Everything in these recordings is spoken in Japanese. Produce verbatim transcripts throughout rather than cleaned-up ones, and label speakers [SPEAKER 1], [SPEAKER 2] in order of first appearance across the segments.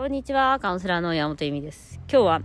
[SPEAKER 1] こんにちは、カウンセラーの山本由美です。今日は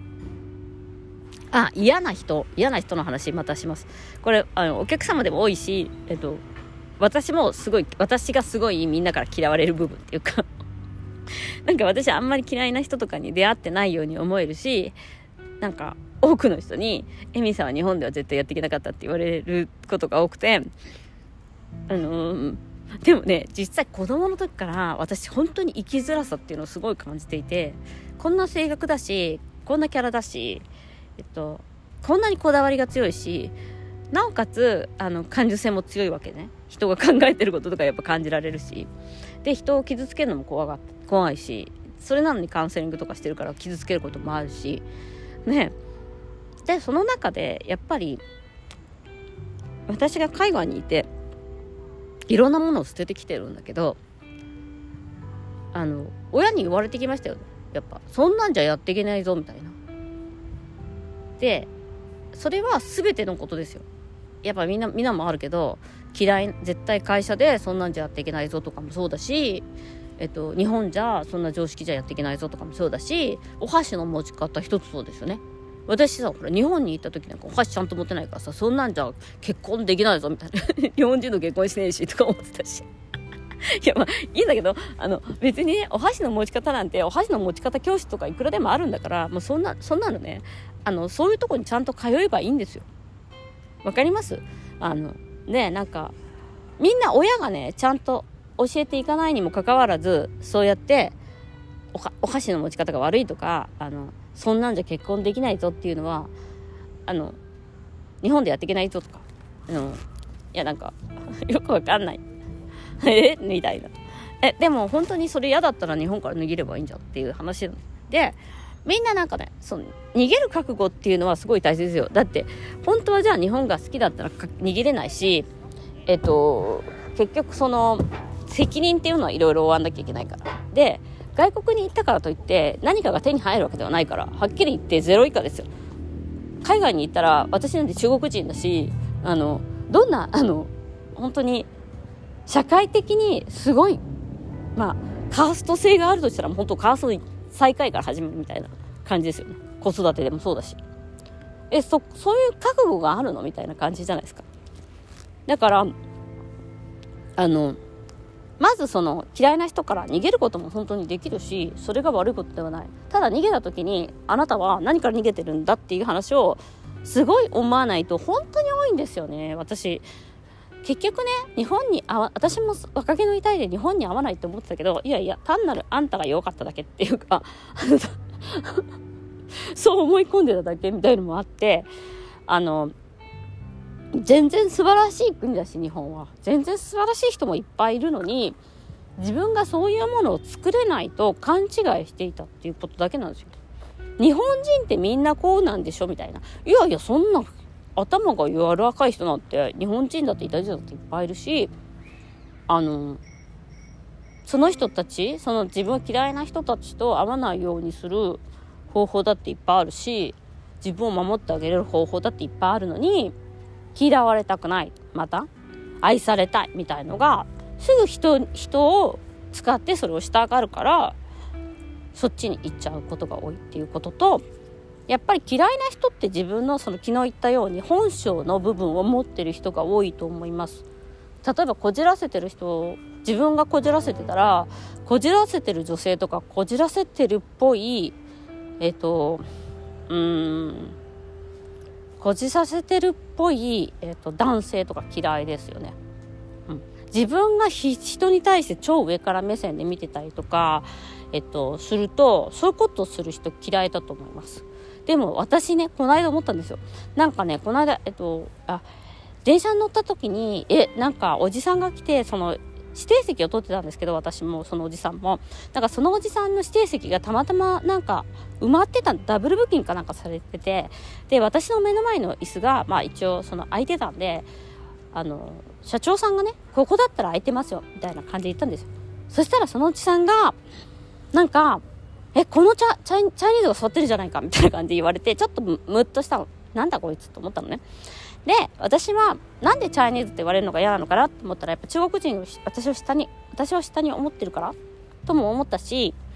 [SPEAKER 1] あ嫌な人嫌な人の話またします。これあのお客様でも多いし、えっと私もすごい私がすごいみんなから嫌われる部分っていうかなんか私あんまり嫌いな人とかに出会ってないように思えるし、なんか多くの人にエミさんは日本では絶対やっていけなかったって言われることが多くて、あのーでもね、実際子供の時から私本当に生きづらさっていうのをすごい感じていて、こんな性格だし、こんなキャラだし、えっと、こんなにこだわりが強いし、なおかつあの感受性も強いわけね。人が考えてることとかやっぱ感じられるし、で人を傷つけるのも怖が怖いし、それなのにカウンセリングとかしてるから傷つけることもあるしね。でその中でやっぱり私が海外にいていろんなものを捨ててきてるんだけど、あの親に言われてきましたよね。やっぱそんなんじゃやっていけないぞみたいな。でそれは全てのことですよ。やっぱみんなみんなもあるけど、嫌い絶対会社でそんなんじゃやっていけないぞとかもそうだし、えっと日本じゃそんな常識じゃやっていけないぞとかもそうだし、お箸の持ち方一つそうですよね。私さ、ほら日本に行った時なんかお箸ちゃんと持ってないからさ、そんなんじゃ結婚できないぞみたいな日本人の結婚しねえしとか思ってたしいやまあいいんだけど、あの別にね、お箸の持ち方なんてお箸の持ち方教室とかいくらでもあるんだから、もうそんなそんなのね、あのそういうとこにちゃんと通えばいいんですよ。わかります？あのね、なんかみんな親がねちゃんと教えていかないにもかかわらず、そうやってお, お箸の持ち方が悪いとか、あのそんなんじゃ結婚できないぞっていうのは、あの日本でやっていけないぞとか、あのいやなんかよくわかんないえみたいな。えでも本当にそれ嫌だったら日本から逃げればいいんじゃんっていう話で、みんななんかね、その逃げる覚悟っていうのはすごい大切ですよ。だって本当はじゃあ日本が好きだったら逃げれないし、えっと結局その責任っていうのはいろいろ負わなきゃいけないから。で外国に行ったからといって何かが手に入るわけではないから、はっきり言ってゼロ以下ですよ。海外に行ったら私なんて中国人だし、あのどんなあの本当に社会的にすごい、まあカースト性があるとしたら本当カースト最下位から始めるみたいな感じですよね。子育てでもそうだし、えそそういう覚悟があるのみたいな感じじゃないですか。だからあのまずその嫌いな人から逃げることも本当にできるし、それが悪いことではない。ただ逃げた時にあなたは何から逃げてるんだっていう話をすごい思わないと本当に多いんですよね。私結局ね、日本にあわ私も若気の至りで日本に合わないって思ってたけど、いやいや単なるあんたが弱かっただけっていうかそう思い込んでただけみたいのもあって、あの全然素晴らしい国だし、日本は全然素晴らしい人もいっぱいいるのに、自分がそういうものを作れないと勘違いしていたっていうことだけなんですよ。日本人ってみんなこうなんでしょみたいな。いやいや、そんな頭が柔らかい人なんて日本人だってイタリアだっていっぱいいるし、あのその人たち、その自分嫌いな人たちと会わないようにする方法だっていっぱいあるし、自分を守ってあげれる方法だっていっぱいあるのに、嫌われたくない、また愛されたいみたいのがすぐ 人, 人を使ってそれをしたがるから、そっちに行っちゃうことが多いっていうことと、やっぱり嫌いな人って自分のその昨日言ったように本性の部分を持ってる人が多いと思います。例えばこじらせてる人、自分がこじらせてたら、こじらせてる女性とかこじらせてるっぽいえっとうーんこじさせてるっぽい、えー、と男性とか嫌いですよね、うん、自分がひ人に対して超上から目線で見てたりとか、えっと、すると、そういうことをする人嫌いだと思います。でも私ね、この間思ったんですよ。なんかね、この間、えっと、あ電車に乗った時にえなんかおじさんが来て、その指定席を取ってたんですけど、私もそのおじさんもなんかそのおじさんの指定席がたまたまなんか埋まってた、ダブルブッキングかなんかされてて、で私の目の前の椅子がまあ一応その空いてたんで、あの社長さんがね、ここだったら空いてますよみたいな感じで言ったんですよ。そしたらそのおじさんがなんかえこのチャ、チャイ、チャイニーズが座ってるじゃないかみたいな感じで言われて、ちょっとムッとしたの。なんだこいつと思ったのね。で私はなんでチャイニーズって言われるのが嫌なのかなと思ったら、やっぱ中国人を私を下に私を下に思ってるからとも思ったし、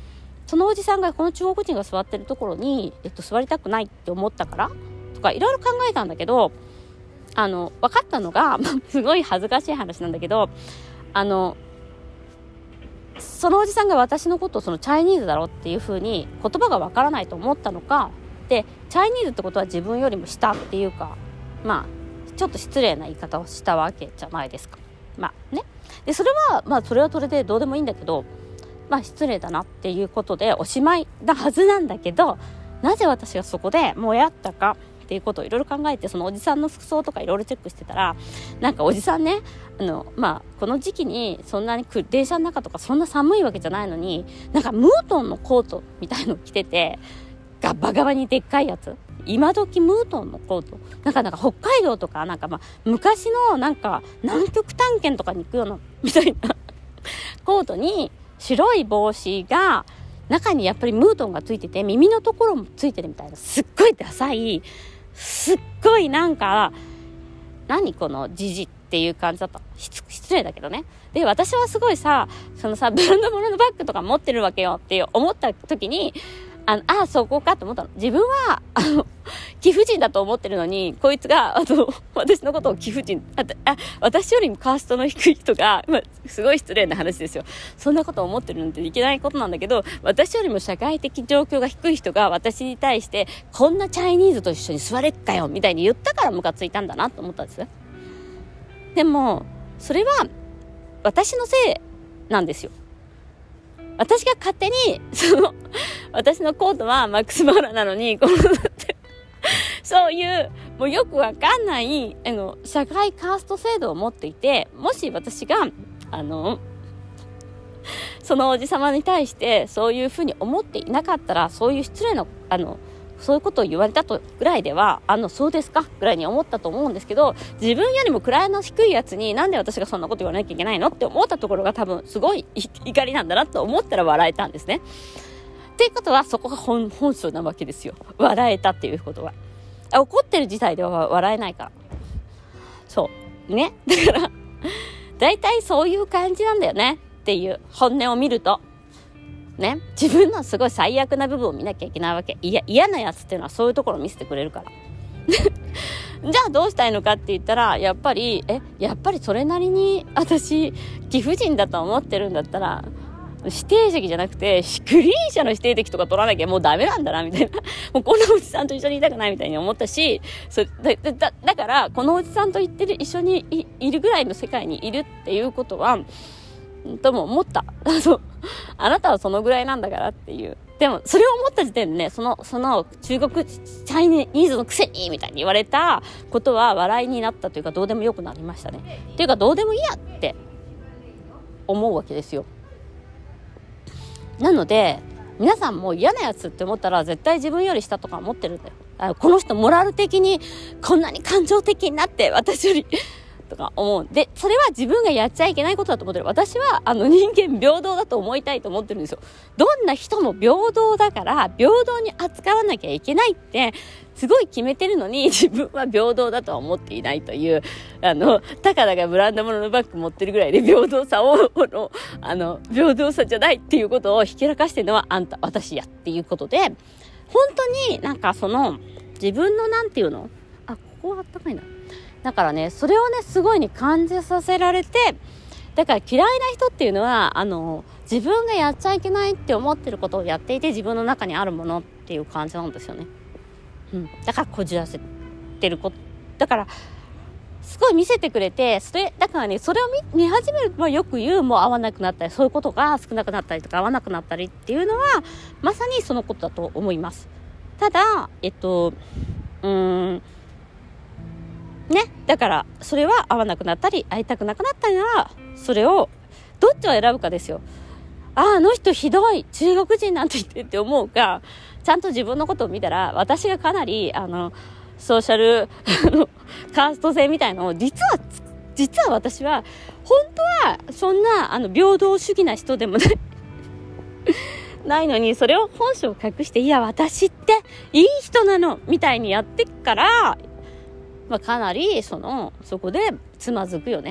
[SPEAKER 1] そのおじさんがこの中国人が座ってるところに、えっと、座りたくないって思ったからとかいろいろ考えたんだけど、あの分かったのがすごい恥ずかしい話なんだけど、あのそのおじさんが私のことをそのチャイニーズだろっていう風に言葉が分からないと思ったのかで、チャイニーズってことは自分よりも下っていうか、まあちょっと失礼な言い方をしたわけじゃないですか。まあね、でそれはまあそれはそれでどうでもいいんだけど、まあ失礼だなっていうことでおしまいなはずなんだけど、なぜ私がそこでもやったかっていうことをいろいろ考えて、そのおじさんの服装とかいろいろチェックしてたら、なんかおじさんね、あのまあこの時期にそんなに電車の中とかそんな寒いわけじゃないのに、なんかムートンのコートみたいの着てて、ガバガバにでっかいやつ、今時ムートンのコート、なんかなんか北海道とかなんかまあ昔のなんか南極探検とかに行くようなみたいなコートに白い帽子が中にやっぱりムートンがついてて耳のところもついてるみたいな、すっごいダサい、すっごいなんか何このジジっていう感じだった。失礼だけどね。で私はすごいさ、そのさブランド物のバッグとか持ってるわけよって思った時に、あのあそこかと思ったの。自分はあの貴婦人だと思ってるのに、こいつがあの私のことを貴婦人、ああ私よりもカーストの低い人が、まあ、すごい失礼な話ですよ。そんなことを思ってるなんていけないことなんだけど、私よりも社会的状況が低い人が私に対してこんなチャイニーズと一緒に座れっかよみたいに言ったからムカついたんだなと思ったんです。でもそれは私のせいなんですよ。私が勝手にその私のコートはマックスマーラなのに、このそういうもうよくわかんないあの社会カースト制度を持っていて、もし私があのそのおじさまに対してそういうふうに思っていなかったら、そういう失礼なあのそういうことを言われたとぐらいでは、あのそうですかぐらいに思ったと思うんですけど、自分よりも位の低いやつになんで私がそんなこと言わなきゃいけないのって思ったところが多分すごい怒りなんだなと思ったら笑えたんですね。っていうことはそこが 本, 本性なわけですよ。笑えたっていうことは、怒ってる事態では笑えないから。そうね、だからだいたいそういう感じなんだよねっていう本音を見るとね、自分のすごい最悪な部分を見なきゃいけないわけ。いや嫌なやつっていうのはそういうところを見せてくれるからじゃあどうしたいのかって言ったら、やっぱりえやっぱりそれなりに私貴婦人だと思ってるんだったら、指定席じゃなくてスクリーン車の指定席とか取らなきゃもうダメなんだなみたいなもうこんなおじさんと一緒にいたくないみたいに思ったし、そだ, だ, だからこのおじさんと言ってる一緒に い, いるぐらいの世界にいるっていうことはとも思ったあなたはそのぐらいなんだからっていう。でもそれを思った時点でね、そのその中国チャイニーズのくせにみたいに言われたことは笑いになったというか、どうでもよくなりましたね。っていうかどうでもいいやって思うわけですよ。なので皆さんも嫌なやつって思ったら絶対自分より下とか思ってるんだよ。あこの人モラル的にこんなに感情的になって私よりとか思う。でそれは自分がやっちゃいけないことだと思ってる。私はあの人間平等だと思いたいと思ってるんですよ。どんな人も平等だから平等に扱わなきゃいけないってすごい決めてるのに、自分は平等だとは思っていないという、あのたかだがブランド物のバッグ持ってるぐらいで平等さをあの平等さじゃないっていうことをひけらかしてるのはあんた私やっていうことで、本当になんかその自分のなんていうの、あここはあったかいな、だからねそれをねすごいに感じさせられて、だから嫌いな人っていうのはあの自分がやっちゃいけないって思ってることをやっていて、自分の中にあるものっていう感じなんですよね。うん、だからこじらせてることだからすごい見せてくれて、それだからねそれを 見, 見始めるとよく言う、もう合わなくなったりそういうことが少なくなったりとか合わなくなったりっていうのはまさにそのことだと思います。ただえっとうーんね、だからそれは合わなくなったり会いたくなくなったりなら、それをどっちを選ぶかですよ。ああの人ひどい中国人なんて言ってって思うか、ちゃんと自分のことを見たら私がかなりあのソーシャルカースト制みたいのを実は実は私は本当はそんなあの平等主義な人でもないないのに、それを本性を隠して、いや私っていい人なのみたいにやってっから、まあ、かなりそのそこでつまずくよね。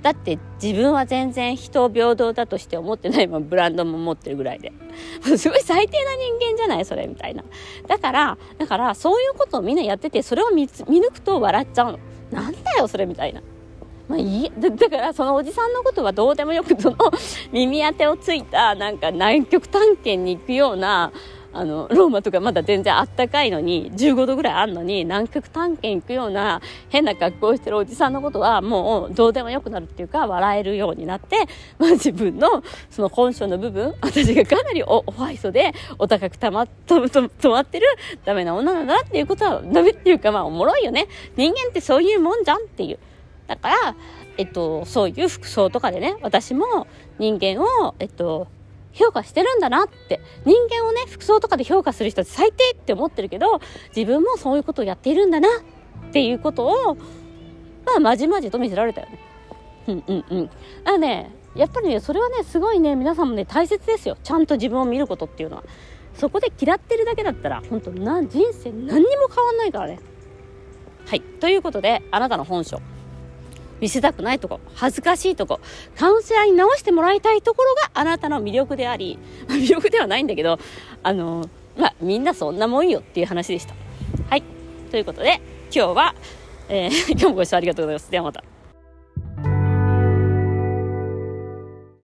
[SPEAKER 1] だって自分は全然人を平等だとして思ってないままブランドも持ってるぐらいで、すごい最低な人間じゃないそれみたいな。だからだからそういうことをみんなやってて、それを見つ見抜くと笑っちゃうの。なんだよそれみたいな。まあいいだ, だからそのおじさんのことはどうでもよく、その耳当てをついたなんか南極探検に行くような、あのローマとかまだ全然あったかいのにじゅうごどぐらいあんのに南極探検行くような変な格好をしてるおじさんのことはもうどうでもよくなるっていうか、笑えるようになって、まあ、自分のその本性の部分、私がかなり お, お愛想でお高くたまとと止まってるダメな女なんだなっていうことは、ダメっていうか、まあおもろいよね、人間ってそういうもんじゃんっていう。だからえっとそういう服装とかでね、私も人間をえっと評価してるんだなって。人間をね服装とかで評価する人って最低って思ってるけど、自分もそういうことをやっているんだなっていうことをまあまじまじと見せられたよね。うんうんうん。あのね、やっぱりねそれはねすごいね、皆さんもね大切ですよ。ちゃんと自分を見ることっていうのは。そこで嫌ってるだけだったら本当な人生何にも変わんないからね。はい、ということで、あなたの本性、見せたくないとこ、恥ずかしいとこ、カウンセラーに直してもらいたいところがあなたの魅力であり、魅力ではないんだけど、あのまあみんなそんなもんよっていう話でした。はい、ということで今日は、えー、今日もご視聴ありがとうございます。ではまた。